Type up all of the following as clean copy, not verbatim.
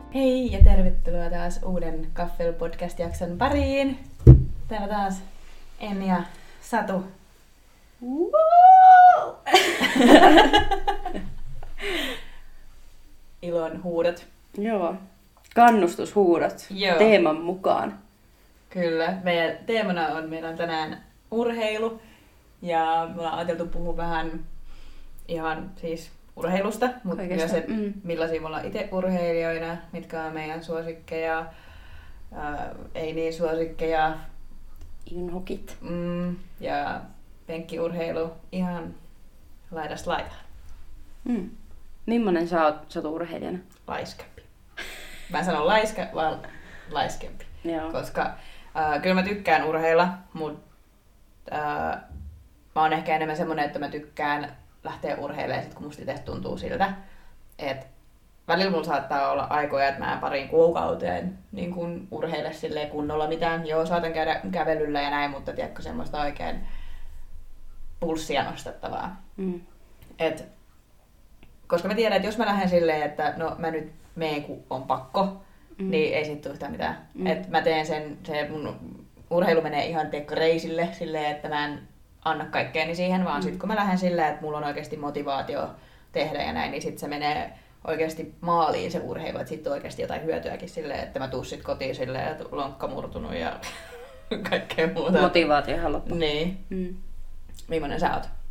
Hei ja tervetuloa taas uuden Kaffel podcast-jakson pariin. Täällä taas Enni ja Satu. Ilon huudot. Joo. Kannustushuudot. Joo. Teeman mukaan. Kyllä. Meidän teemana meillä on tänään urheilu. Ja me ollaan ajateltu puhua vähän ihan siis urheilusta, mutta myös se, millaisia me ollaan itse urheilijoina, mitkä on meidän suosikkeja, ei niin suosikkeja. Inhokit. Ja penkkiurheilu ihan laidasta laitaan. Millainen sä oot urheilijana? Laiskempi. Mä en sano laiska, vaan laiskempi. Joo. Koska kyllä mä tykkään urheilla, mutta mä oon ehkä enemmän semmonen, että mä tykkään lähteä urheilemaan sit, kun musta itse tuntuu siltä. Et välillä mulla saattaa olla aikoja, että mä en pariin kuukauteen niin kun urheile silleen kunnolla mitään. Joo, saatan käydä kävelyllä ja näin, mutta tiedätkö semmoista oikein pulssia nostettavaa. Et, koska mä tiedän, että jos mä lähden silleen, että no mä nyt meen kun on pakko, niin ei siitä tule yhtään mitään. Et mä teen se mun urheilu menee ihan reisille silleen, että mä en anna kaikkeeni siihen, vaan sitten kun mä lähden silleen, että mulla on oikeasti motivaatio tehdä ja näin, niin sitten se menee oikeasti maaliin se urheilu, että sitten on oikeasti jotain hyötyäkin silleen, että mä tuun sit kotiin silleen, että lonkka murtunut ja kaikkea muuta. Motivaatio loppu. Niin. Millainen sä oot?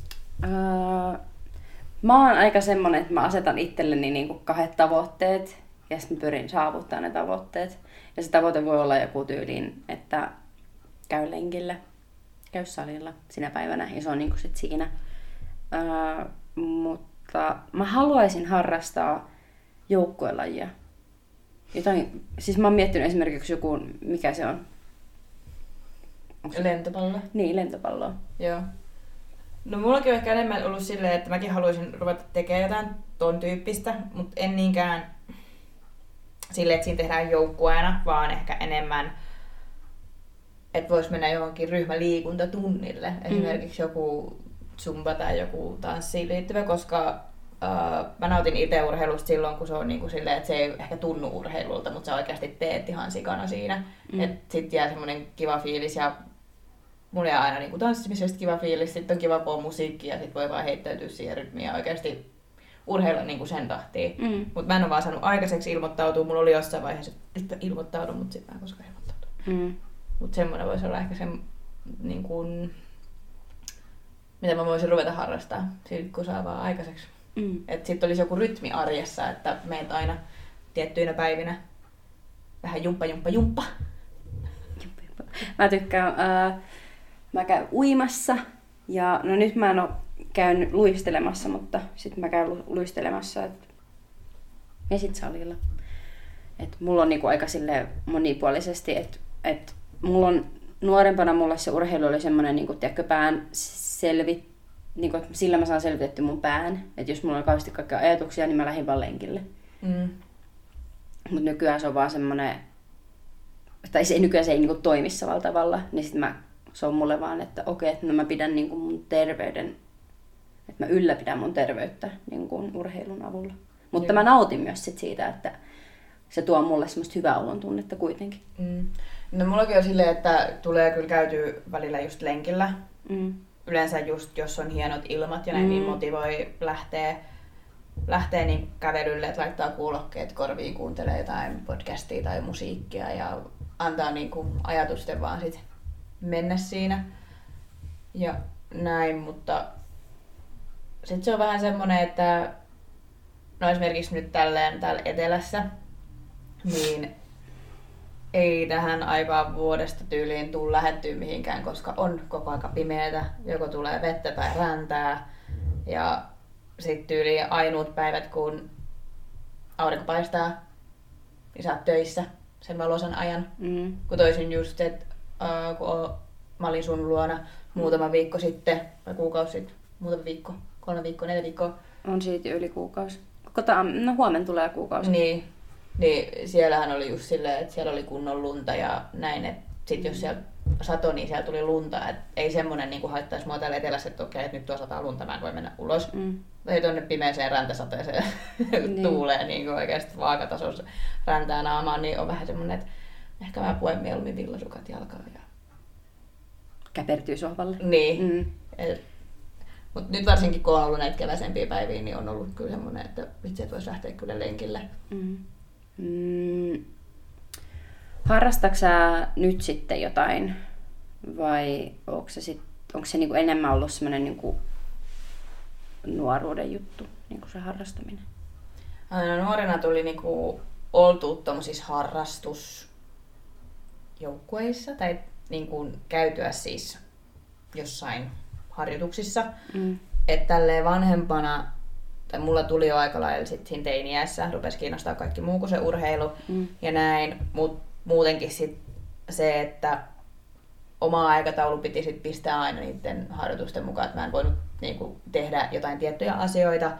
Mä oon aika semmonen, että mä asetan itselleni niinku 2 tavoitteet ja sitten pyrin saavuttaa ne tavoitteet. Ja se tavoite voi olla joku tyyliin, että käy lenkillä, käy salilla sinä päivänä ja se on niinku sit siinä. Mutta mä haluaisin harrastaa joukkuelajia. Jotain, siis mä oon miettinyt esimerkiksi joku, mikä se on? Lentopallo. Niin, lentopalloa. Joo. No mullakin on ehkä enemmän ollut silleen, että mäkin haluaisin ruveta tekemään jotain ton tyyppistä, mutta en niinkään silleen, että siinä tehdään joukkueena, vaan ehkä enemmän, että vois mennä johonkin ryhmäliikuntatunnille. Esimerkiksi joku zumba tai joku tanssiin liittyvä, koska mä nautin itse urheilusta silloin, kun se on niinku silleen, että se ei ehkä tunnu urheilulta, mutta sä oikeasti teet ihan sikana siinä. Että sit jää semmonen kiva fiilis ja mulla jää aina niinku tanssimisesta kiva fiilis, sitten on kiva kun on musiikki ja sit voi vaan heittäytyä siihen rytmiin ja oikeasti urheilla niinku sen tahtiin. Mutta mä en ole vaan saanut aikaiseksi ilmoittautua. Mulla oli jossain vaiheessa, että ilmoittaudun, mutta sit mä en koskaan ilmoittautunut. Mutta semmoinen voisi olla ehkä se, niin kuin, mitä mä voisin ruveta harrastaa, kun saa vaan aikaiseksi. Että sitten olisi joku rytmi arjessa, että meet aina tiettyinä päivinä vähän jumppa. Mä tykkään, mä käyn uimassa ja no nyt mä en oo käynyt luistelemassa, mutta sit mä käyn luistelemassa ja sit salilla. Et mulla on niinku aika silleen monipuolisesti, että mulla on nuorempana mulle se urheilu oli semmoinen niinku niinku, että sillä mä saan selvitetty mun pään. Että jos mulla on kauheasti kaikkia ajatuksia, niin mä lähdin vaan lenkille. Mut nykyään se on vaan semmoinen, tai nykyään se ei niinku toimi samalla tavalla, niin sit se on mulle vaan, että okei, että no mä pidän niinku mun terveyden, että mä ylläpidän mun terveyttä niinku urheilun avulla. Mutta mä nautin myös siitä, että se tuo mulle semmoista hyvää olon tunnetta kuitenkin. No mullakin on silleen, että tulee kyllä käytyä välillä just lenkillä. Yleensä just jos on hienot ilmat ja näin, niin motivoi lähtee niin kävelylle, että laittaa kuulokkeet korviin, kuuntelee jotain podcastia tai musiikkia ja antaa niin kuin ajatusten vaan sit mennä siinä. Ja näin, mutta sitten se on vähän semmoinen, että no esimerkiksi nyt täällä etelässä, niin ei tähän aikaan vuodesta tyyliin tule lähettyä mihinkään, koska on koko aika pimeätä, joko tulee vettä tai räntää. Ja sitten tyyliin ainoat päivät, kun aurinko paistaa, niin sä oot töissä sen valoisen ajan. Kun toisin just, että kun mä olin sun luona muutama viikko sitten, vai kuukausi sitten, muutama viikko, 3 viikkoa, 4 viikkoa. On siitä yli kuukausi. No huomenna tulee kuukausi. Niin siellähän oli just silleen, että siellä oli kunnon lunta ja näin, että sit jos siellä sato, niin siellä tuli lunta. Et ei semmonen niinku haittaisi mua täällä etelässä, että okei, että nyt tuo sataa lunta, mä en voi mennä ulos. Tai tonne pimeeseen räntäsateeseen tuulee niin oikeasti vaakatasossa räntää naamaan, niin on vähän semmonen, että ehkä mä puen mieluummin villasukat jalkaan. Ja... käpertyy sohvalle. Niin. Mutta nyt varsinkin kun on ollut näitä keväisempiä päiviä, niin on ollut kyllä semmoinen, että vitsi, et vois lähteä kyllä lenkille. Harrastatko sä nyt sitten jotain vai onko se niinku enemmän ollut semmoinen niinku nuoruuden juttu, niinku se harrastaminen? No, nuorena tuli niinku oltu tommosissa harrastusjoukkueissa tai niinku käytyä siis jossain harjoituksissa. Että tälleen vanhempana, tai mulla tuli jo aika lailla sit siinä teini-iässä, rupesi kiinnostaa kaikki muu kuin se urheilu ja näin, mutta muutenkin sit se, että oma aikataulu piti sit pistää aina niiden harjoitusten mukaan, että mä en voinut niinku tehdä jotain tiettyjä asioita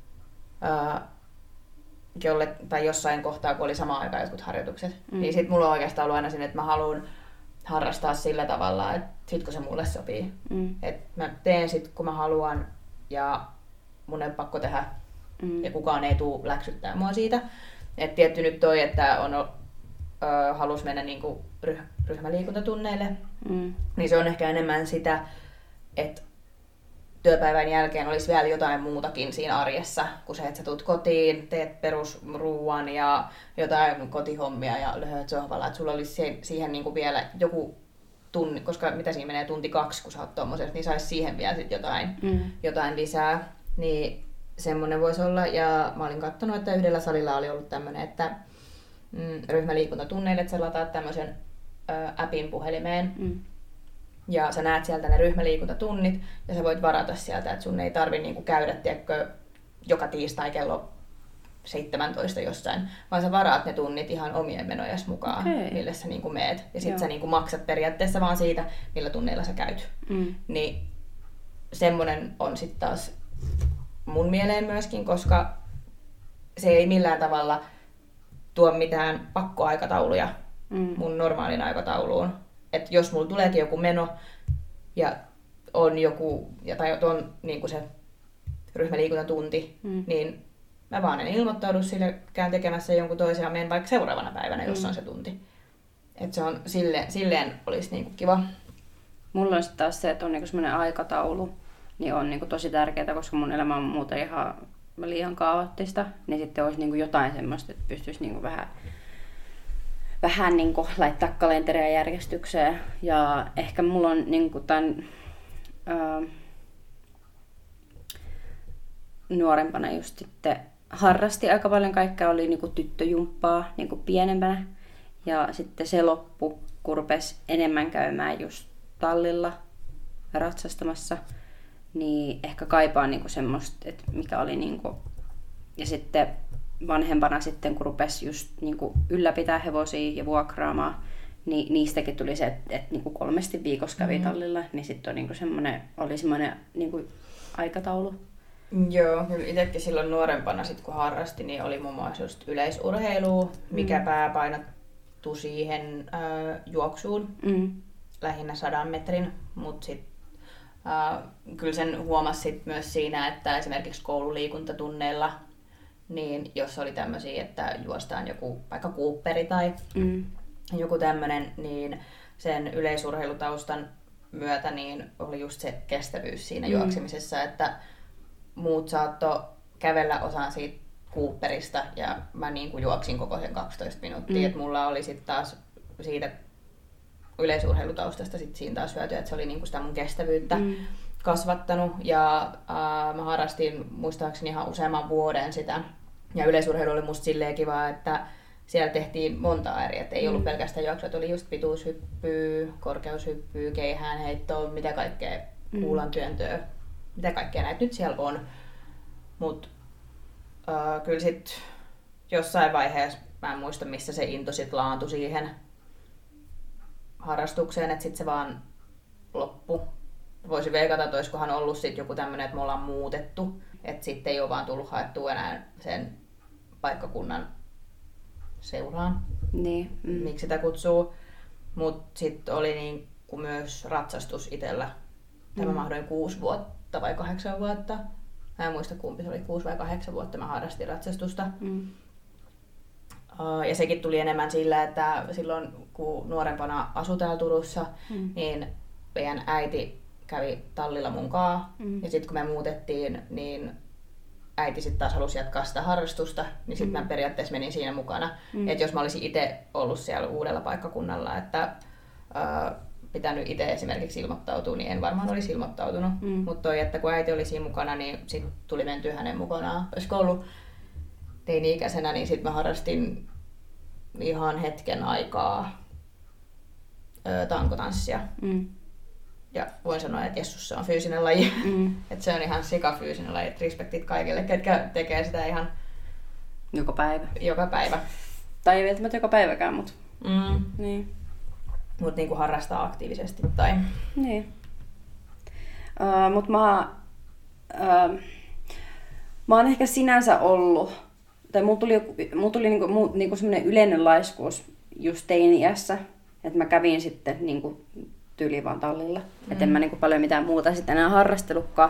tai jossain kohtaa, kun oli samaan aikaan jotkut harjoitukset. Niin sit mulla on oikeastaan ollut aina sinne, että mä haluan harrastaa sillä tavalla, että sit kun se mulle sopii. Että mä teen sit kun mä haluan ja mun ei ole pakko tehdä ja kukaan ei tule läksyttää mua siitä. Et tietty nyt toi, että on halus mennä niinku ryhmäliikuntatunneille, niin se on ehkä enemmän sitä, että työpäivän jälkeen olisi vielä jotain muutakin siinä arjessa, kuin se, että sä tulet kotiin, teet perusruuan ja jotain kotihommia ja löhöt sohvalla. Että sulla olisi siihen niinku vielä joku tunti, koska mitä siinä menee 1-2 tuntia, kun sä oot tommosessa, niin sais siihen vielä sit jotain lisää. Niin semmonen voisi olla. Ja mä olin katsonut, että yhdellä salilla oli ollut tämmönen, että ryhmäliikuntatunneille, että sä lataat tämmöisen appin puhelimeen. Ja sä näet sieltä ne ryhmäliikuntatunnit ja sä voit varata sieltä, että sun ei tarvi niinku käydä joka tiistai kello 17 jossain, vaan sä varaat ne tunnit ihan omien menojas mukaan, mille sä niinku meet. Ja sit sä niinku maksat periaatteessa vaan siitä, millä tunneilla sä käyt. Niin semmonen on sit taas mun mieleen myöskin, koska se ei millään tavalla tuo mitään pakkoaikatauluja mun normaalin aikatauluun. Että jos mulla tuleekin joku meno ja on joku, tai on niin se ryhmäliikuntatunti, niin mä vaan en ilmoittaudu sille, käyn tekemässä jonkun toisen ja menen vaikka seuraavana päivänä, jos on se tunti. Että se on silleen olisi niinku kiva. Mulla on sitten taas se, että on niinku semmoinen aikataulu, niin on niinku tosi tärkeää, koska mun elämä on muuten ihan liian kaoottista, niin sitten olisi niinku jotain semmoista, että pystyisi niinku vähän niinku laittaa kalenteria järjestykseen. Ja ehkä mulla on niinku tämän nuorempana just sitten harrasti aika paljon kaikkea, oli niinku tyttöjumppaa niinku pienempänä. Ja sitten se loppu, kun rupesi enemmän käymään just tallilla ratsastamassa, niin ehkä kaipaa niinku semmoista, että mikä oli niinku. Ja sitten vanhempana sitten, kun rupesi just niinku ylläpitää hevosia ja vuokraamaan, niin niistäkin tuli se, että niinku 3 viikossa kävi tallilla, niin sitten niinku oli semmoinen niinku aikataulu. Joo, kyllä itsekin silloin nuorempana, kun harrasti, niin oli muun muassa just yleisurheilua, mikä pääpainottui siihen juoksuun, lähinnä 100 metrin, mutta kyllä sen huomasi myös siinä, että esimerkiksi koululiikuntatunneilla, niin jos oli tämmöisiä, että juostaan joku vaikka Cooperi tai joku tämmöinen, niin sen yleisurheilutaustan myötä niin oli just se kestävyys siinä juoksemisessa, että muut saattoi kävellä osaan siitä Cooperista ja mä niin kuin juoksin koko sen 12 minuuttia. Et mulla oli sitten taas siitä yleisurheilutaustasta sit siinä taas hyötyä, että se oli niin kuin sitä mun kestävyyttä kasvattanut. Ja mä harrastin muistaakseni ihan useamman vuoden sitä. Ja yleisurheilu oli musta silleen kivaa, että siellä tehtiin monta eri, että ei ollut pelkästään juoksua, oli just pituushyppyä, korkeushyppyä, keihäänheittoa, mitä kaikkea, kuulan työntöä, mitä kaikkea näitä nyt siellä on. Mut kyllä sit jossain vaiheessa, mä en muista missä se into sit laantui siihen harrastukseen, että sit se vaan loppu. Voisin veikata, että olisikohan ollut sit joku tämmönen, että me ollaan muutettu, että sitten ei ole vaan tullut haettua enää sen paikkakunnan seuraan, niin, miksi sitä kutsuu. Mutta sitten oli niin kuin myös ratsastus itsellä. Tämä mahdoin 6 vuotta vai 8 vuotta. Mä en muista kumpi se oli, 6 vai 8 vuotta mä harrastin ratsastusta. Ja sekin tuli enemmän sillä, että silloin kun nuorempana asui täällä Turussa, niin meidän äiti kävi tallilla munkaan. Ja sitten kun me muutettiin, niin äiti sitten taas halusi jatkaa sitä harrastusta, niin sitten mä periaatteessa menin siinä mukana. Että jos mä olisin itse ollut siellä uudella paikkakunnalla, että pitänyt itse esimerkiksi ilmoittautua, niin en varmaan olisi ilmoittautunut. Mutta että kun äiti oli siinä mukana, niin sitten tuli mentyä hänen mukanaan. Olisiko ollut teini-ikäisenä, niin sitten mä harrastin ihan hetken aikaa tankotanssia. Ja voin sanoa, että Jessus, se on fyysinen laji. Että se on ihan sikafyysinen laji. Et respektit kaikille, ketkä tekee sitä ihan joka päivä. Tai ei välttämättä joka päiväkään, mutta niin. Mut niinku harrastaa aktiivisesti. Tai... Niin. Mut mä oon ehkä sinänsä ollut, tai mulla tuli niinku semmoinen yleinen laiskuus just teini-iässä, että mä kävin sitten niinku tyyliin vaan tallilla. Että en mä niinku paljon mitään muuta sitten enää harrastellutkaan.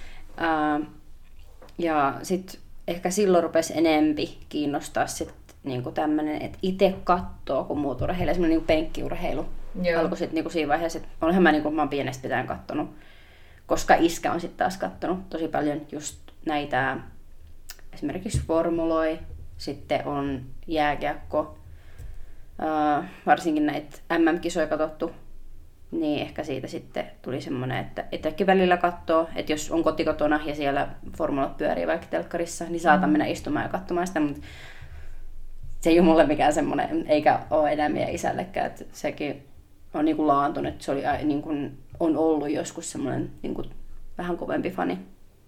Ja sit ehkä silloin rupesi enempi kiinnostaa sit niinku tämmönen, että itse kattoo, kun muut urheilee, semmoinen niinku penkkiurheilu. Alkoi sit niinku siinä vaiheessa, että olenhan mä oon pienestä pitäen kattonut, koska iskä on sitten taas kattonut tosi paljon just näitä esimerkiksi formuloi, sitten on jääkiekko, varsinkin näitä MM-kisoja katsottu, niin ehkä siitä sitten tuli semmoinen, että itsekin välillä katsoo, että jos on kotikotona ja siellä formulat pyörii vaikka telkkarissa, niin saatan mennä istumaan ja katsomaan sitä, mutta se ei ole mulle mikään semmoinen, eikä ole enää meidän isällekään, että sekin on niin kuin laantunut, että se oli niin kuin, on ollut joskus semmoinen niin kuin vähän kovempi fani.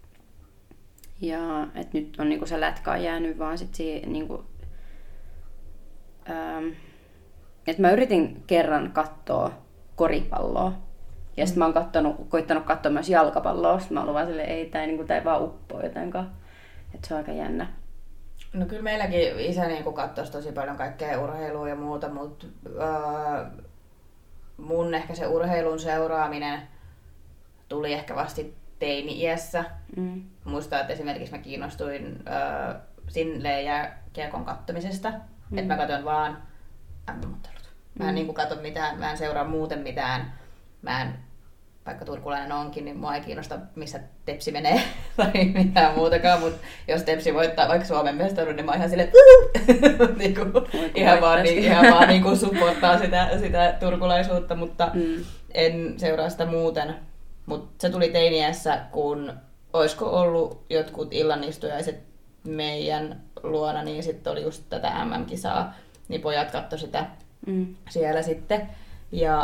Ja että nyt on niin kuin se lätkä on jäänyt vaan sit siihen, niin kuin, että mä yritin kerran katsoa koripalloa. Ja sitten mä oon koittanut katsoa myös jalkapalloa. Sitten mä oon ollut vaan silleen, ei tää ei vaan uppoo jotenkaan. Että se on aika jännä. No kyllä meilläkin isä niin katsoisi tosi paljon kaikkea urheilua ja muuta, mutta mun ehkä se urheilun seuraaminen tuli ehkä vasti teini-iässä. Muistan, että esimerkiksi mä kiinnostuin silleen jääkiekon kattomisesta. Että mä katson vaan MM-ottelut. Mä en niin katso mitään, mä en seuraa muuten mitään. Mä en, vaikka turkulainen onkin, niin mua ei kiinnosta, missä Tepsi menee tai mitään muutakaan. Mutta jos Tepsi voittaa vaikka Suomen mestaruuden, niin mä oon ihan silleen, ihan vaan niin supporttaa sitä turkulaisuutta, mutta en seuraa sitä muuten. Mutta se tuli teiniässä, kun olisiko ollut jotkut illanistujaiset meidän luona, niin sitten oli just tätä MM-kisaa, niin pojat katsoi sitä siellä sitten. Ja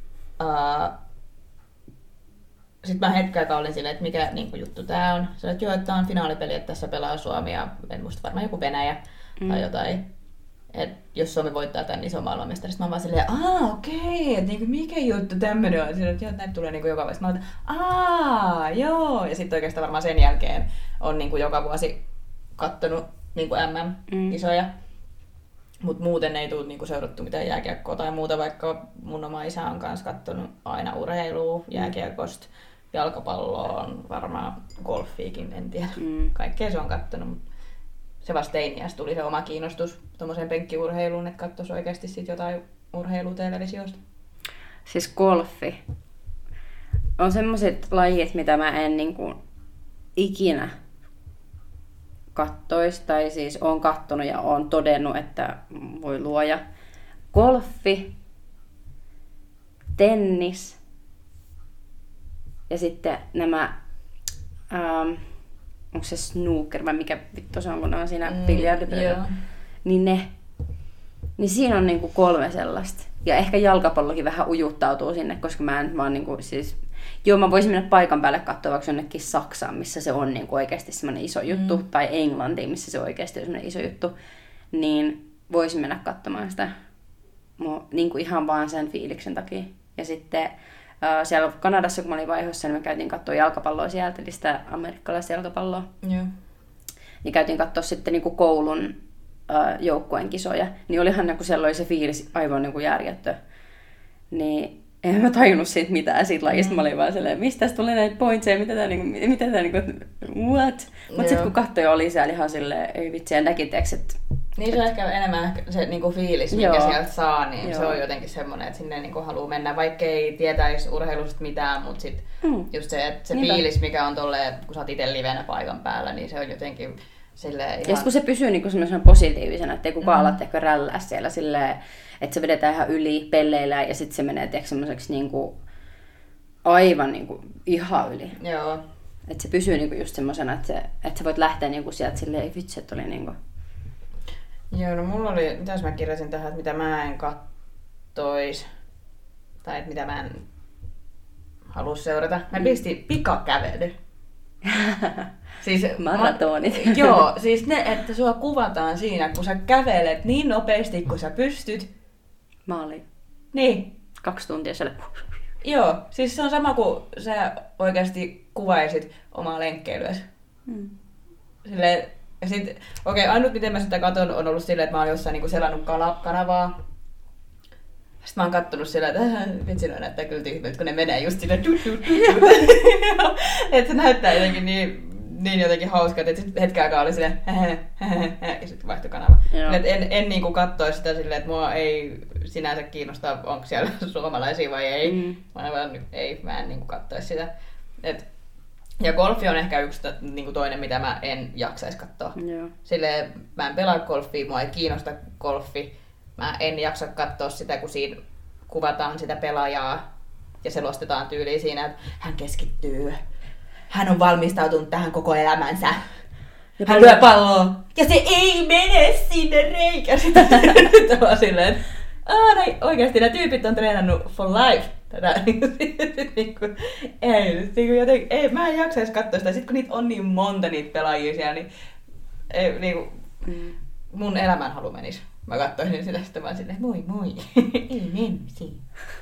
sitten mä hetken aikaa olin silleen, että mikä niinku juttu tää on. Sanoin, että joo, että tää on finaalipeli, että tässä pelaa Suomi ja en muista varmaan joku Venäjä tai jotain. Että jos Suomi voittaa tämän ison maailmanmestarin, mä oon vaan silleen, okei, että niinku mikä juttu tämmönen on. Silleen, että joo, näitä tulee niinku joka vuosi. Mä oon, joo. Ja sitten oikeastaan varmaan sen jälkeen on niinku joka vuosi kattonut niinku MM-kisoja. Mutta muuten ei tule niinku seurattu mitään jääkiekkoa tai muuta, vaikka mun oma isä on kanssa kattonut aina urheilua, jääkiekosta, jalkapalloa, varmaan golfiikin, en tiedä. Kaikkea se on kattonut, mutta se vasta teiniässä tuli se oma kiinnostus tuommoiseen penkkiurheiluun, että katsoisi oikeasti sit jotain urheilua televisiosta. Siis golfi on semmoiset lajit, mitä mä en niinku ikinä kattois, tai siis oon kattonut ja oon todennut, että voi luoja. Golfi, tennis ja sitten nämä, onko se snooker vai mikä vittu se on, kun ne on siinä biljardipöydällä. Niin siinä on niinku 3 sellaista. Ja ehkä jalkapallokin vähän ujuttautuu sinne, koska mä en vaan niinku siis... Joo, mä voisin mennä paikan päälle katsoa vaikka jonnekin Saksaan, missä se on niinku oikeasti semmoinen iso juttu, tai Englantiin, missä se oikeasti on semmoinen iso juttu, niin voisin mennä katsomaan sitä niinku ihan vaan sen fiiliksen takia. Ja sitten siellä Kanadassa, kun mä olin vaihossa, niin me käytiin katsoa jalkapalloa sieltä, eli sitä amerikkalaista jalkapalloa. Yeah. Niin käytiin katsoa sitten niinku koulun joukkueen kisoja, niin olihan niinku siellä oli se fiilis aivan niinku järjettö. niin en mä tajunnut siitä mitään siitä lajista. Mä olin vaan silleen, mistä tässä tulee näitä pointseja, mitä tää niinku, what? Mut sit kun katsoi oli siellä ihan silleen, ei vitsi, ja näki teeks, että... Niin se on ehkä enemmän se niinku fiilis, minkä sieltä saa, niin se on jotenkin semmoinen, että sinne niinku haluaa mennä, vaikka ei tietäisi urheilusta mitään, mutta sit just se, että se fiilis, mikä on tolleen, kun sä oot itse livenä paikan päällä, niin se on jotenkin silleen ihan... Ja kun se pysyy niinku semmoisena positiivisena, ettei kukaan ala ehkä rällää siellä silleen, että se vedetään ihan yli pelleillä ja sitten se menee semmoiseksi niinku aivan niinku ihan yli. Joo. Että se pysyy niinku just semmosena, että sä voit lähteä niinku sieltä silleen, ei vitsi, että oli niinku... Joo, no mulla oli, mitäs mä kirjasin tähän, että mitä mä en kattois, tai että mitä mä en halua seurata. Mä pistin pikakävely. Siis, maratonit. Joo, siis ne, että sua kuvataan siinä, kun sä kävelet niin nopeasti, kun sä pystyt. Maaliin. Niin. 2 tuntia siellä. Joo, siis se on sama kuin sä oikeasti kuvaisit omaa lenkkeilyäsi. Silleen, ja sit, ainut miten mä sitä katon on ollut silleen, että mä oon jossain niinku selannut kanavaa. Sitten mä oon kattonut sillä, että vitsi, no näyttää kyllä tyhmältä, kun ne menee just sinne että se näyttää jotenkin niin jotenkin hauskaa, että sitten hetken aikaa oli silleen ja sitten vaihtui kanava. En niinku katsoa sitä silleen, että mua ei sinänsä kiinnosta, onko siellä suomalaisia vai ei. Mä en niinku katsoisi sitä. Ja golfi on ehkä yksi niinku toinen, mitä mä en jaksaisi katsoa. Silleen, mä en pelaa golfia, mua ei kiinnosta golfi. Mä en jaksa katsoa sitä, kun siinä kuvataan sitä pelaajaa ja selostetaan tyyliin siinä, että hän keskittyy. Hän on valmistautunut tähän koko elämänsä. Hän lyö palloa ja se ei mene sinne reikään. Sitten on silleen, että oikeasti nämä tyypit on treenannut for life. Ei, mä en jaksaisi katsoa sitä. Sitten kun niitä on niin monta niitä pelaajia siellä, niin mun elämänhalu menisi. Mä katsoisin sitä sitten vaan silleen, moi, ei menisi.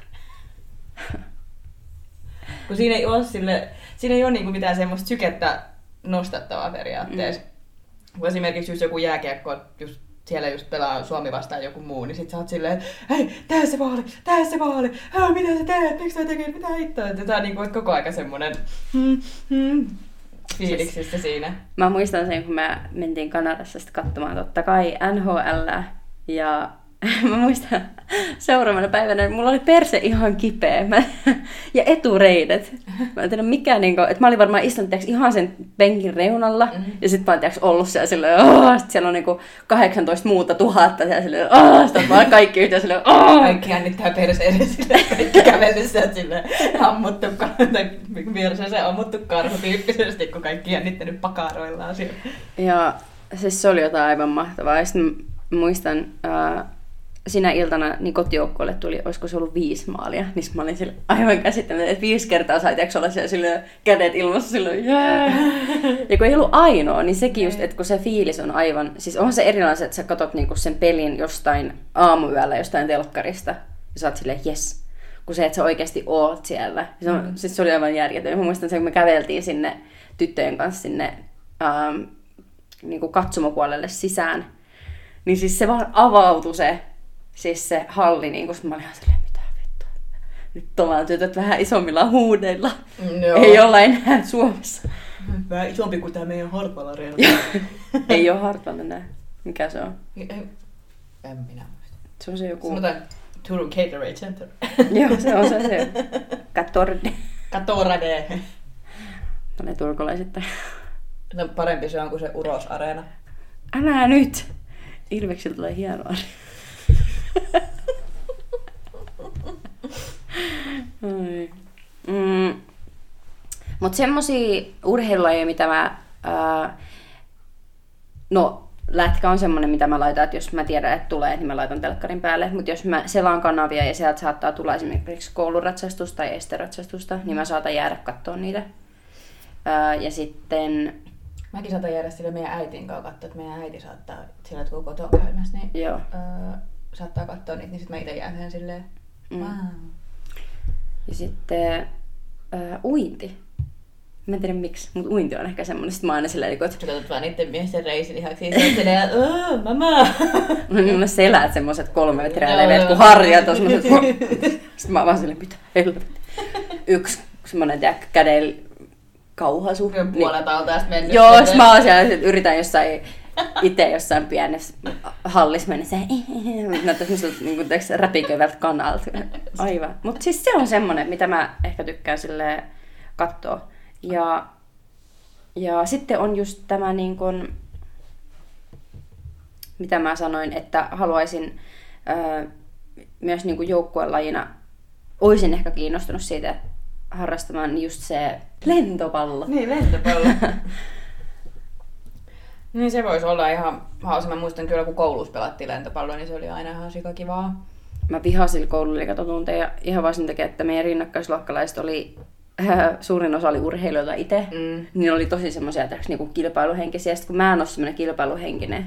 Kun siinä ei ole niinku mitään semmoista sykettä nostattavaa periaatteessa. Kun esimerkiksi just joku jääkiekko, siellä just pelaa Suomi vastaan joku muu, niin sit sä oot silleen, hei, tää se vaali, mitä sä teet, miksi sä tekee, mitä hittoa. Ja tää on niinku koko aika semmonen fiiliksissä siinä. Mä muistan sen, kun mä mentiin Kanadassa katsomaan totta kai NHL ja mä muistan seuraavana päivänä, mulla oli perse ihan kipeä ja etureidet. Mä en tiedä mikä, että mä olin varmaan istunut ihan sen penkin reunalla ja sit mä oon ollut siellä silleen, sit siellä on 18 muuta tuhatta ja silleen, sit on vaan kaikki yhtä silleen, Kaikki jännittää perseeseen silleen, kaikki kävellessä silleen ammuttu, se ammuttu karhu tyyppisesti, kun kaikki jännittänyt pakaroillaan siellä. Ja siis se oli jotain aivan mahtavaa. Ja sitten muistan, sinä iltana niin kotijoukkueelle tuli, olisiko se ollut 5 maalia, niin mä olin sille aivan käsittämättä, että 5 kertaa sait olla siellä sille kädet ilmassa silleen, Ja kun ei ollut ainoa, niin sekin just, että kun se fiilis on aivan, siis onhan se erilainen, että sä katot niinku sen pelin jostain aamuyöllä, jostain telkkarista, ja sä oot silleen, jes, kun se, että sä oikeasti oot siellä. Siis se oli aivan järjetön. Mä muistan sen, kun me käveltiin sinne tyttöjen kanssa sinne niinku katsomopuolelle sisään, niin siis se vaan avautui se halli, niin kun mä olin ihan silleen, mitä vittua. Nyt ollaan tytöt vähän isommilla huudeilla. Ei olla enää Suomessa. Vähän isompi kuin tää meidän Hartwall-areena. Ei oo Hartwall enää. Mikä se on? En minä muista. Se on se joku... Sanotaan Turun Gatorade Center. Joo, se on se. Gatorade. Tällä turkulaisittain. No parempi se on kuin se Uros-areena. Älä nyt! Ilveksillä tulee hieno areena. Mutta semmosia urheilulajeja, mitä mä... lätkä on semmonen, mitä mä laitan, että jos mä tiedän, että tulee, niin mä laitan telkkarin päälle. Mutta jos mä selaan kanavia ja sieltä saattaa tulla esimerkiksi kouluratsastusta tai esteratsastusta, niin mä saatan jäädä katsoa niitä. Ja sitten... Mäkin saatan jäädä sille meidän äitin kanssa katsoa, että meidän äiti saattaa sillä, että kun kotona käymässä, niin saattaa katsoa niitä, niin sitten mä itse jään sen silleen, wow. Ja sitten uinti. Mä en tiedä miksi, mutta uinti on ehkä semmoinen. Sitten mä aina silleen, että... Sä katsot vaan niitten miesten reisilihaksia, ja sä silleen, mama! No selät semmoiset 3 metriä leveät kuin harjat. Sitten mä vaan silleen, mitä helvetti. Yksi semmoinen, tiedätkö, käden kauhasu. Puolet altaasta mennyt. Joo, sitten mä oon siellä, että yritän itse jossain pienessä hallissa mennä se näyttää semmoiselta niin räpiköivältä kanalta. Aivan. Mutta siis se on semmoinen, mitä mä ehkä tykkään silleen katsoa. Ja sitten on just tämä niin kun, mitä mä sanoin, että haluaisin myös niin kun joukkuelajina, olisin ehkä kiinnostunut siitä harrastamaan just se lentopallo. Niin, lentopallo. Niin se voisi olla ihan hauska. Mä muistan kyllä, kun koulussa pelattiin lentopalloa, niin se oli aina ihan sikakivaa. Mä vihasin koululiikatotunteja ihan vaan sen takia, että meidän rinnakkaisluokkalaiset oli, suurin osa oli urheilijoita itse. Niin oli tosi semmoisia niinku kilpailuhenkisiä. Sitten kun mä en ole semmoinen kilpailuhenkinen,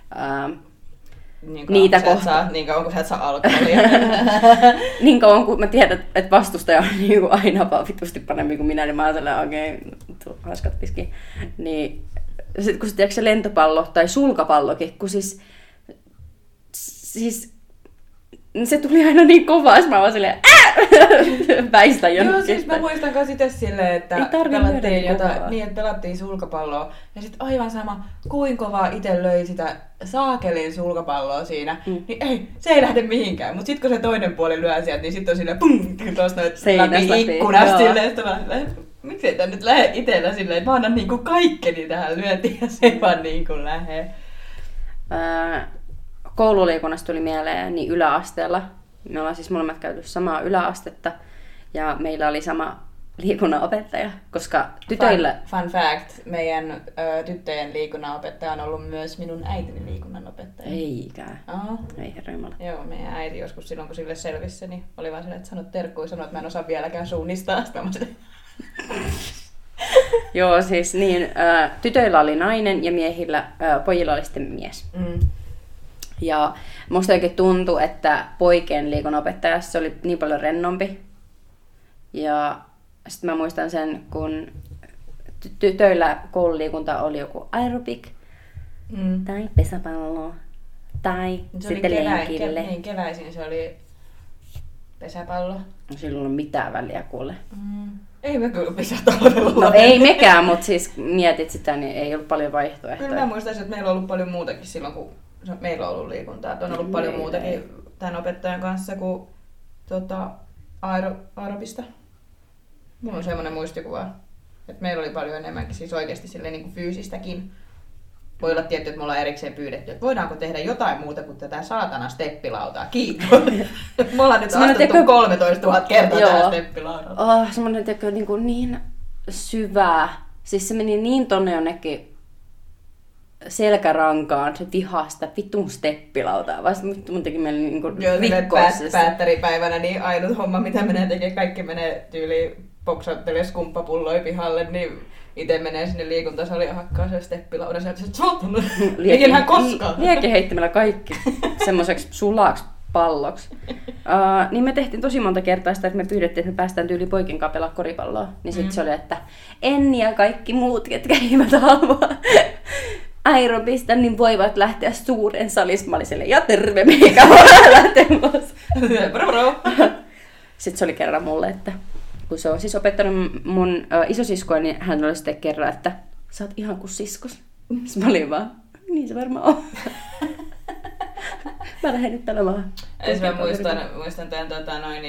niitä kohtaa. Niin kauan kun sä et saa alkoholia. Niin kauan kun mä tiedän, että vastustaja on niinku aina vaan vitusti paremmin kuin minä, niin mä oon sellainen, okei, hanskat piskiin. Niin sitten kun se lentopallo tai sulkapallokin, kun siis se tuli aina niin kovaa, että mä vaan silleen väistän jonnekin. Joo, siis mä muistan myös itse silleen, että pelattiin sulkapalloa. Ja sitten aivan sama, kuin kovaa itse löi sitä saakelin sulkapalloa siinä, niin ei, se ei lähde mihinkään. Mutta sitten kun se toinen puoli lyö sieltä, niin sitten on silleen pum, tuosta läpi ikkunasta silleen, miksei tää nyt lähde itellä silleen, että mä annan niinku kaikkeni tähän lyöntiin ja se vaan niinku lähde. Koululiikunnasta tuli mieleen niin yläasteella. Me ollaan siis molemmat käyty samaa yläastetta ja meillä oli sama liikunnanopettaja, koska tytöillä... Fun fact, meidän tyttöjen liikunnanopettaja on ollut myös minun äitini liikunnanopettaja. Eikä. Ei herra jumala. Joo, meidän äiti joskus silloin, kun sille selvisi, niin oli vaan silleen, että sanot terkkuja, sanoi, että mä en osaa vieläkään suunnistaa sitä. Joo, siis niin, tytöillä oli nainen ja pojilla oli sitten mies. Ja musta oikein tuntui, että poikien liikunnanopettajassa se oli niin paljon rennompi. Ja sitten mä muistan sen, kun tytöillä koululiikunta oli joku aerobik tai pesäpallo tai se sitten lenkille. Niin, keväisin se oli pesäpallo. No silloin on mitään väliä kuule. Ei me kyllä pesätalvella. No ei mekään, mutta siis mietit sitä, niin ei ollut paljon vaihtoehtoja. Kyllä mä muistaisin, että meillä on ollut paljon muutakin silloin, kun meillä on ollut liikuntaa. Että on ollut paljon muutakin tämän opettajan kanssa kuin aerobista. Mulla on semmoinen muistikuva, että meillä oli paljon enemmänkin siis oikeasti silleen niin kuin fyysistäkin. Voi olla tietty, että me ollaan erikseen pyydetty, että voidaanko tehdä jotain muuta kuin tätä saatana steppilautaa. Kiitos. Me ollaan nyt astuttu 13 000 kertaa tähän steppilaudalla. Semmoinen niin syvää. Siis se meni niin tonne jonnekin selkärankaan, se vihaa sitä vitun steppilautaa. Vasta mun teki meille niinku rikkoa. Päättäripäivänä niin ainut homma, mitä menee tekee, kaikki menee tyyliin poksauttelee skumppapulloja pihalle, niin itse menee sinne liikuntasaliin ja hakkaa sen steppilaudan sieltä, että saatana, eikä koskaan. Liekin heittämällä kaikki semmoiseksi sulaksi palloksi. Niin me tehtiin tosi monta kertaa sitä, että me pyydettiin, että me päästään tyyliin poikien kanssa pelaa koripalloa. Niin sitten se oli, että Enni ja kaikki muut, ketkä eivät halua aerobista, niin voivat lähteä suuren salismalliselle. Ja terve, meikä voi lähteä Sitten se oli kerran mulle, että kun se on siis opettanut mun isosiskoa, niin hän oli sitten kerran, että sä oot ihan kuin siskos. Sitten mä olin vaan, niin se varmaan on. Mä lähden nyt pelaamaan. Mä muistan tämän,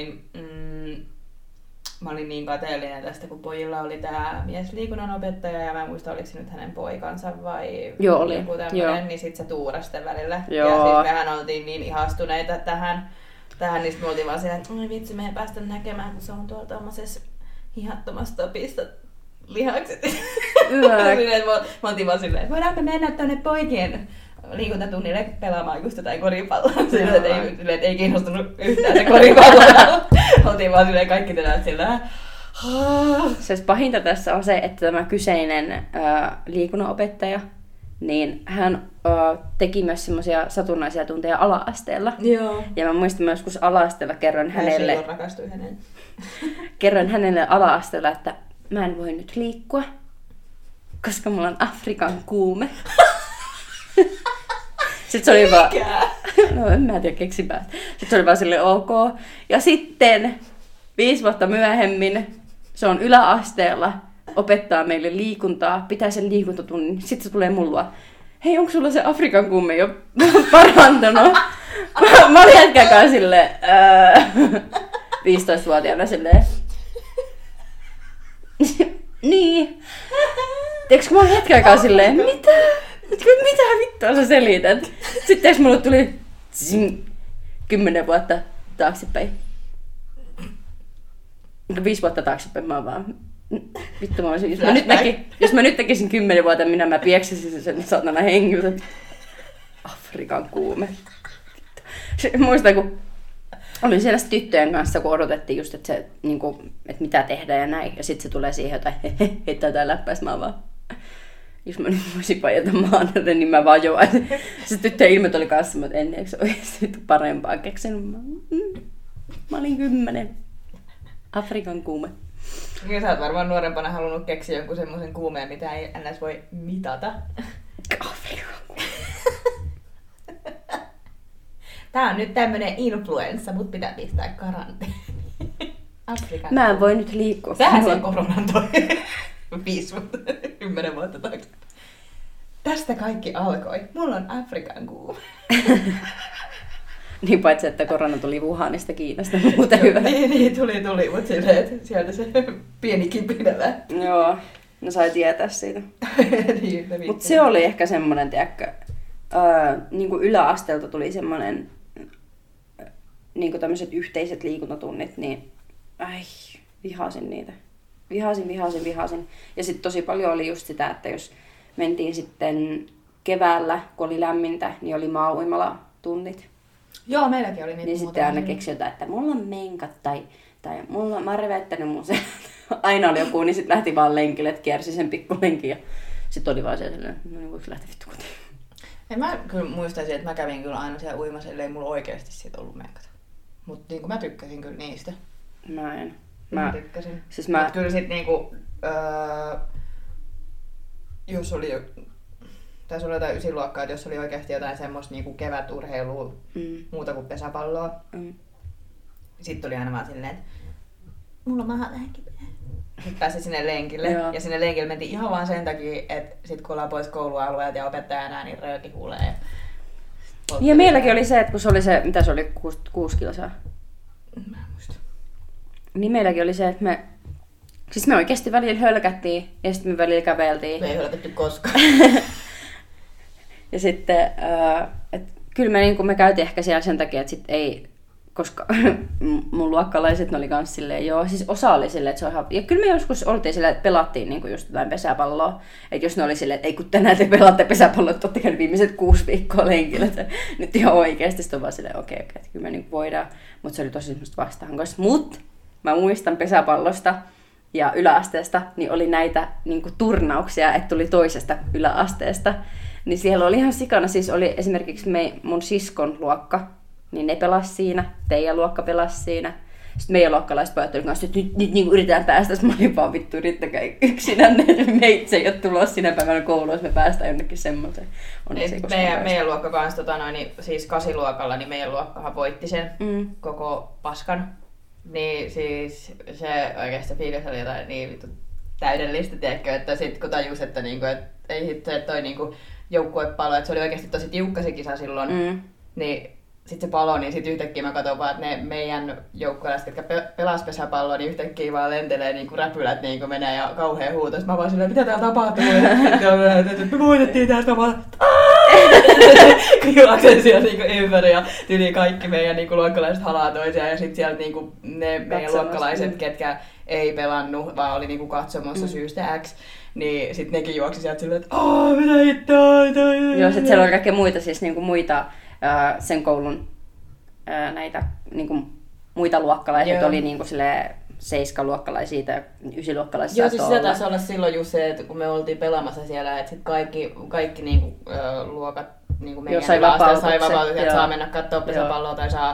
mä olin niin kateellinen tästä, kun pojilla oli tää miesliikunnanopettaja ja mä en muista, oliko se nyt hänen poikansa vai joku tämmönen, niin sit se tuurasten välillä. Joo. Ja siis mehän oltiin niin ihastuneita tähän, niin sit me oltiin vaan silleen, että oi vitsi, me ei päästä näkemään, kun se on tuolla tommosessa hihattomassa topissa lihakset. Me oltiin vaan silleen, että voidaanko mennä tonne poikien liikuntatunnille pelaamaan just jotain koripalloa. Silleen, että ei kiinnostunut yhtään se koripallo. Oltiin vaan silleen kaikki tänään sillä. Se pahinta tässä on se, että tämä kyseinen liikunnanopettaja, niin hän teki myös semmoisia satunnaisia tunteja ala-asteella. Joo. Ja mä muistan myös, kun ala-asteella kerroin hänelle... Silloin rakastuin häneen. Kerroin hänelle ala-asteella, että mä en voi nyt liikkua, koska mulla on Afrikan kuume. Sitten se oli vaan... No en mä tiedä, keksipää. Sitten se oli vaan silleen ok. Ja sitten 5 vuotta myöhemmin se on yläasteella, opettaa meille liikuntaa, pitää sen liikuntatunnin. Sitten se tulee mulla. Hei, onko sulla se Afrikan kuume jo parantunut? Mä olin hetken silleen 15-vuotiaana silleen. Niin. Tiedätkö, mä olin hetken aikaa silleen, mitä vittua sä selität? Sitten mulle tuli 10 vuotta taaksepäin. 5 vuotta taaksepäin mä oon vaan... Vittu mä olisin, jos mä nyt tekisin 10 vuotta, mä pieksisin sen satana hengiltä. Afrikan kuume. Muistan, kun olin siellä tyttöjen kanssa, kun odotettiin just, että, se, niin kuin, että mitä tehdään ja näin. Ja sitten se tulee siihen jotain, heittää jotain läppäistä, mä vaan... Jos mä nyt voisin vajata maanelle, niin mä vaan joan. Se tyttöjen ilmet oli kanssa, että ennen eikö se oikeasti parempaa keksinyt. Mä olin 10. Afrikan kuume. Ja sä oot varmaan nuorempana halunnut keksiä jonkun semmoisen kuumeen, mitä ei ns. Voi mitata. Afrikan kuume. Tää on nyt tämmönen influenssa, mut pitää pistää karanteeni. Afrikan Mä en voi nyt liikkua. Sähän sen koronan toi 5 vuotta, 10 vuotta taakse. Tästä kaikki alkoi. Mulla on Afrikan kuume. Niin paitsi, että korona tuli Wuhanista, Kiinasta, muuten hyvä. Niin, tuli, mutta silleen, että sieltä se pieni kipinä lähti. Joo, no sai tietää siitä. Niin, mutta se oli ehkä semmoinen, tiedätkö, niin kuin yläasteelta tuli semmoinen, niin kuin tämmöiset yhteiset liikuntatunnit, niin vihasin niitä. Vihasin. Ja sitten tosi paljon oli just sitä, että jos mentiin sitten keväällä, kun oli lämmintä, niin oli maa-uimala-tunnit. Joo, meilläkin oli niitä. Niin sitten aina keksi jotain, että mulla on menkat tai mä oon reväyttänyt mun se. Aina oli joku, niin sitten lähti vaan lenkille, että kiersi sen pikkulenkin ja sitten oli vaan sellainen, no niin voiko lähteä vittu kotiin. Mä kyllä muistaisin, että mä kävin kyllä aina siellä uimassa, ellei mulla oikeasti siitä ollut menkat. Mutta niin mä tykkäsin kyllä niistä. Mä en. Mä tykkäsin. Siis Mut kyllä sit niinku, jos oli taisi olla jotain 9 luokkaa, että jos oli oikeasti jotain semmoista niinku keväturheilua, muuta kuin pesäpalloa. Sitten oli aina vaan silleen, että mulla on maha vähän kipeä. Sitten pääsi sinne lenkille. Joo. Ja sinne lenkille mentiin ihan vaan sen takia, että sit kun ollaan pois koulualueelta ja opettaja enää, niin rööki huulee. Ja meilläkin oli se, että kun se oli se, mitä se oli, 6 kilsaa? Mä en muista. Niin meilläkin oli se, että me oikeasti välillä hölkättiin ja sitten me välillä käveltiin. Me ei hölkätty koskaan. Ja sitten, kyllä me käytiin ehkä siellä sen takia, että sit ei, koska mun luokkalaiset ne oli kans silleen, joo, siis osa oli silleen, että se on ihan... Ja kyllä me joskus oltiin silleen, että pelattiin niinku just jotain pesäpalloa. Että jos ne oli silleen, että ei kun tänään te pelaatte pesäpalloa, että totta kai viimeiset 6 viikkoa lenkillä. Että nyt ihan oikeasti sitten on vaan silleen, okei, että kyllä me niinku voidaan. Mutta se oli tosi semmoista vastahankoista. Mut mä muistan pesäpallosta ja yläasteesta, niin oli näitä niinku turnauksia, että tuli toisesta yläasteesta. Niin siellä oli ihan sikana, siis oli esimerkiksi mun siskon luokka, niin ne pelasi siinä, teidän luokka pelasi siinä. Sitten meidän luokkalaiset pojat oli kanssa, että nyt niin yritetään päästä, mä olin vaan vittu, yrittäkää yksinänne, meitä ei ole tulossa sinä päivänä kouluun, jos me päästään jonnekin semmoiseen. Meidän luokka kanssa, siis 8-luokalla, niin meidän luokkahan voitti sen koko paskan. Niin siis se oikeasti fiilis oli jotain niin vittu täydellistä, tiedätkö, että sit kun tajus, että niinku, et ei hitto, että toi niinku joukkuepalo, että se oli oikeasti tosi tiukka se kisa silloin, niin sitten se palo, niin sitten yhtäkkiä mä katson vaan, että ne meidän joukkueelaiset, jotka pelas pesäpalloa, niin yhtäkkiä vaan lentelee niinku räpylät niinku menee ja kauhea huuto. Sitten mä vaan silleen, mitä täällä tapahtuu? Me voitettiin tästä vaan. Juoksen siellä niinku ympäri ja tyli kaikki meidän niinku luokkalaiset halaa toisiaan ja sitten sieltä niinku ne meidän luokkalaiset, ketkä ei pelannut, vaan oli niinku katsomossa syystä X, niin sitten nekin juoksi sieltä silleen, että mitä hittoa. Joo, sitten siellä oli kaikkea muita, siis niinku muita sen koulun näitä niinku muita luokkalaisia, oli niinku silleen 7-luokkalaisia tai 9-luokkalaisia. Joo, siis sitä taisi olla silloin just se, että kun me oltiin pelaamassa siellä, että sit kaikki niinku, luokat niinku meidän sai vapautuksen, että saa mennä katsoa pesäpalloa tai saa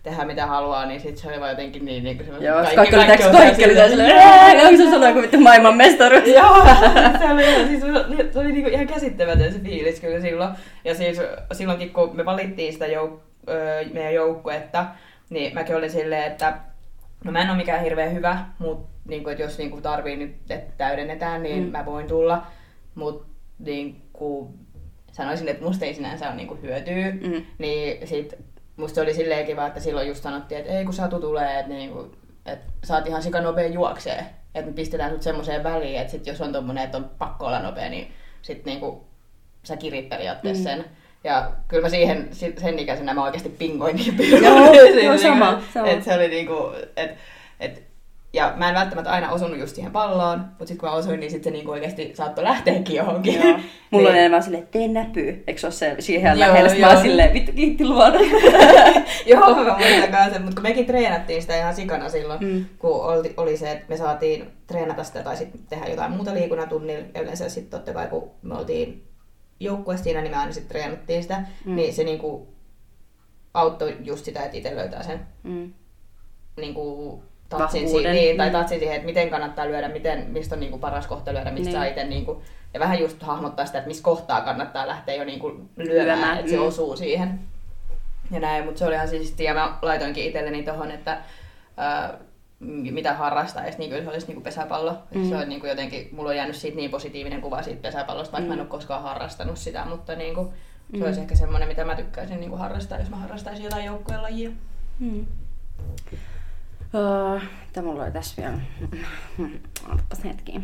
tehdä mitä haluaa, niin sit se oli vaan jotenkin niin kuin semmoinen... Joo, kaikki oli silleen, onko se sanoa kuin vittu maailmanmestaruus? Joo, se oli niinku ihan käsittämätön se fiilis kyllä silloin. Ja siis silloinkin kun me valittiin sitä meidän joukkuetta, niin mäkin olin silleen, että no mä en ole mikään hirveän hyvä, mutta niinku, että jos niinku tarvii nyt, että täydennetään, niin mä voin tulla. Mutta niinku, sanoisin, että musta ei sinänsä ole niinku hyötyä, niin sit musta oli silleen kiva, että silloin just sanottiin, että ei kun Satu tulee, että niinku, et sä oot ihan sika nopea juoksee. Että me pistetään sut semmoseen väliin, että sit jos on tommonen, että on pakko olla nopea, niin sit niinku sä kirit periaatteessa sen. Ja kyllä mä sen ikäisenä mä oikeesti pingoin niin pirun. Joo, sama. Että se oli niinku, ja mä en välttämättä aina osunut just siihen palloon, mutta sitten kun mä osuin, niin sit se niinku oikeesti saattoi lähteäkin johonkin. Joo. Mulla on enemmän silleen, että tee näpyy. Eikö se ole se siihen lähellä? Mä oon silleen, vittu kiitti luoda. Joo, mä muistan kanssa. Mutta kun mekin treenattiin sitä ihan sikana silloin, kun oli se, että me saatiin treenata sitä tai sitten tehdä jotain muuta liikunnatunnilla. Ja yleensä sitten totta kai, kun me oltiin joukkueessa siinä, niin me aina sitten treenattiin sitä. Niin se niinku auttoi just sitä, että itse löytää sen niinku tatsin siihen, että miten kannattaa lyödä, mistä on niinku paras kohta lyödä, mistä saa itse niinku, ja vähän just hahmottaa sitä, että missä kohtaa kannattaa lähteä jo niinku lyömään, että se osuu siihen. Ja näin, mutta se oli ihan siistiä, ja mä laitoinkin itselleni tohon, että mitä harrastaisi, niin kyllä se olisi niinku pesäpallo. Se on niinku jotenkin, mulla on jäänyt siitä niin positiivinen kuva siitä pesäpallosta, vaikka mä en ole koskaan harrastanut sitä, mutta niinku, se olisi ehkä semmoinen, mitä mä tykkäisin niinku harrastaa, jos mä harrastaisin jotain joukkueen lajia. Mitä mulla oli tässä vielä? Odotapas hetki.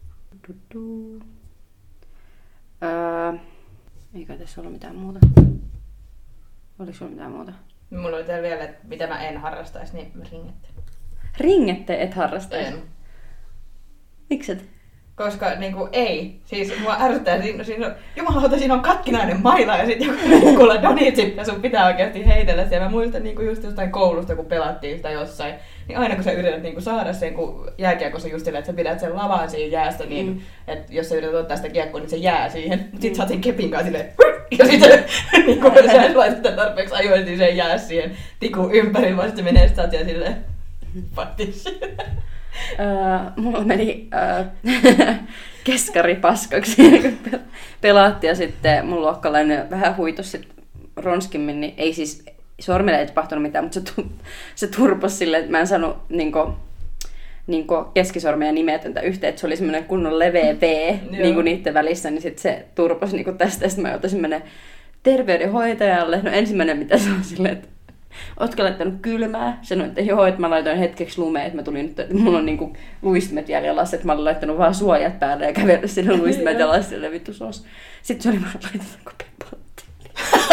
Eikö tässä ollut mitään muuta? Oliko sulla mitään muuta? Mulla oli täällä vielä, että mitä mä en harrastaisi, niin ringette. Ringette et harrastaisi? En. Mikset? Koska niinku ei. Siis mua ärsyttää, jumalauta, siinä on katkinainen maila ja sit joku kuulla donitsit ja sun pitää oikeasti heitellä siellä. Mä muistan niinku just jostain koulusta, kun pelattiin sitä jossain, niin aina kun sä yrität niinku saada sen, kun jääkiekossa just silleen, että sä pidät sen lavaan siinä jäästä, niin että jos sä yrität ottaa sitä kiekkoa, niin se jää siihen. Mut sit sä oot sen kepin kanssa silleen, ja sit niinku, sä et laita sitä tarpeeksi ajoin, niin se ei jää siihen tikun ympäri, vaan sit se menee, sit sä oot siellä silleen, fuck this shit. Mulla meni keskari paskaksi, kun pelattiin ja sitten mun luokkalainen vähän huitus sit ronskimmin, niin ei siis sormille ei tapahtunut mitään, mutta se turposi silleen, että mä en saanut niinku keskisormen ja nimetöntä yhteen, että se oli semmoinen kunnon leveä V niinku niiden välissä, niin sitten se turposi niinku tästä ja sitten mä joutuisin mennä terveydenhoitajalle. No ensimmäinen mitä se on silleen, että ootko laittanut kylmää? Sanoi, että joo, että mä laitoin hetkeksi lumeen, että mä tulin nyt, että mulla on niinku luistimet jäljellä, että mä olin laittanut vaan suojat päälle ja kävellyt sinne luistimet jalassa silleen vittu sos. Sitten se oli vaan, laitetaanko pepantteeni?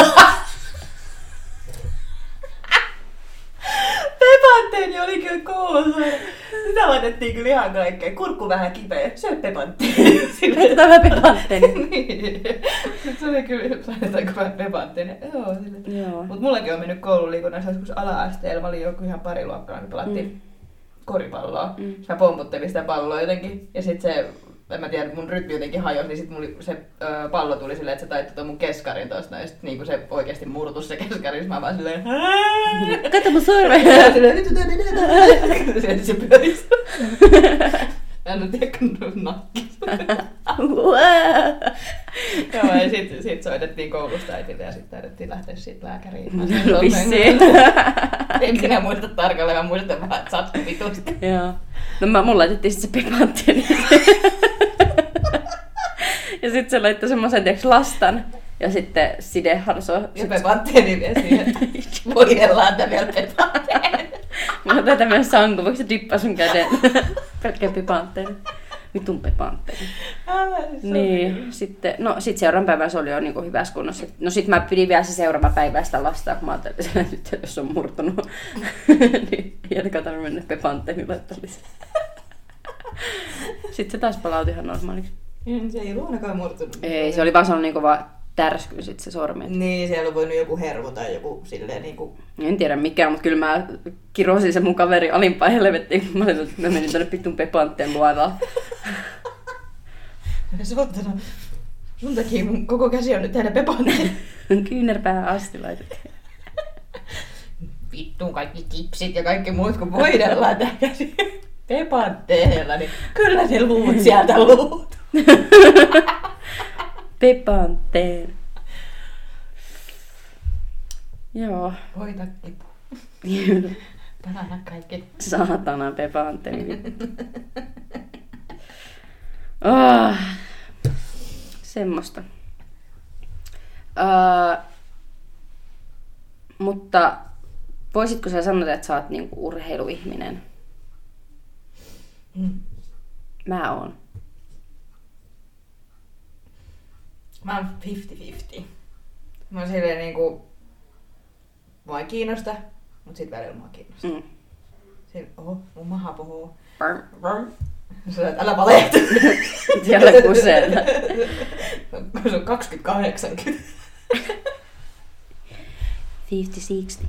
Pepantteeni oli kyllä koulussa. Sitä laitettiin kyllä ihan kaikkea. Kurkku vähän kipeä, syö pepantteeni. Laitetaan vähän pepantteeni. Niin. Se oli kyllä, laitetaanko vähän pepantteeni. Joo. Mutta mullakin on mennyt koululiikunnassa joskus ala-asteella. Mä olin joku ihan pari luokkaa, kun pelattiin koripalloa. Mä pomputtelin sitä palloa jotenkin. Ja sit se, en mä tiedä, mun rytmi jotenkin hajosi, niin sit se pallo tuli silleen, että se taittoi tuon mun keskarin tosta. Ja sit niinku se oikeesti murtus se keskari. Mä vaan silleen, kato mun sormen! Ja silleen, vittu tää menee. Sieltä se pyörisi. Mä en ole tiedä, nakkis. Joo, ja sit soitettiin koulusta äitille ja sit taidettiin lähteä siitä lääkäriin. No vissiin. En minä muista tarkalleen, mä muistan vaan, että sattu vitusta. Joo. No mulla laitettiin sit se pepantteeni. Ja sit se laittoi semmosen lastan. Ja sitten sideharso. Ja pepantteeni vielä siihen. Voidellaan tää vielä pepantteeni. Mulla on tätä myös sanku, voiko se dippaa sun käden? Pelkkä pepantteeni. Vitun pepantteeni. Niin, sitten, no sit seuraavan päivän se oli jo niinku hyvässä kunnossa. No sit mä pidin vielä se seuraava päivä sitä lastaa, kun mä ajattelin, että nyt jos on murtunut, niin ei ainakaan tarvitse mennä pepantteeni laittaa lisää. Sitten se taas palautui ihan normaaliksi. Se ei ollut ainakaan murtunut. Ei, se oli vaan sanonut niinku vaan tärskyy sit se sormi. Niin, siellä on voinut joku hermo tai joku silleen niinku... En tiedä mikä, mutta kyllä mä kirosin sen mun kaveri alimpaan helvettiin, kun mä menin tonne pittun pepantteen luodaan. Sun takia mun koko käsi on nyt tehdä pepantteen. Kyynärpäähän asti laitettiin. vittuun kaikki kipsit ja kaikki muut, kun voidellaan täkäsi Pepantteella, niin kyllä ne luut sieltä luut. Pepanteen. Joo. Voita kipu. Tänään kaikki. Saatana Pepanteen. Oh, semmoista. Mutta voisitko sä sanoa, että sä oot niinku urheiluihminen? Mä oon. Mä oon 50-50. Mä oon silleen niinku... Mua ei kiinnosta, mut sit välillä mua kiinnostaa. Oho, mun maha puhuu. Sä et älä valehtu. Siellä kuseella. Se on 20-80. 50-60.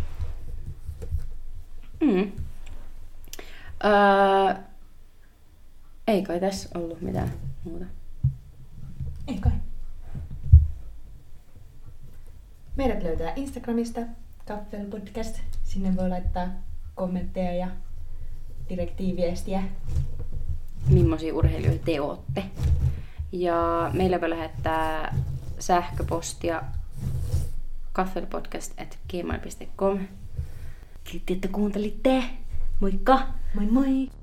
Ei kai tässä ollut mitään muuta. Ei kai. Meidät löytää Instagramista, Kaffel Podcast. Sinne voi laittaa kommentteja ja direktiiviestiä. Millaisia urheilijoita te ootte. Ja meillä voi lähettää sähköpostia kaffelpodcast@gmail.com. Kiitos, että kuuntelitte. Moikka! Moi moi!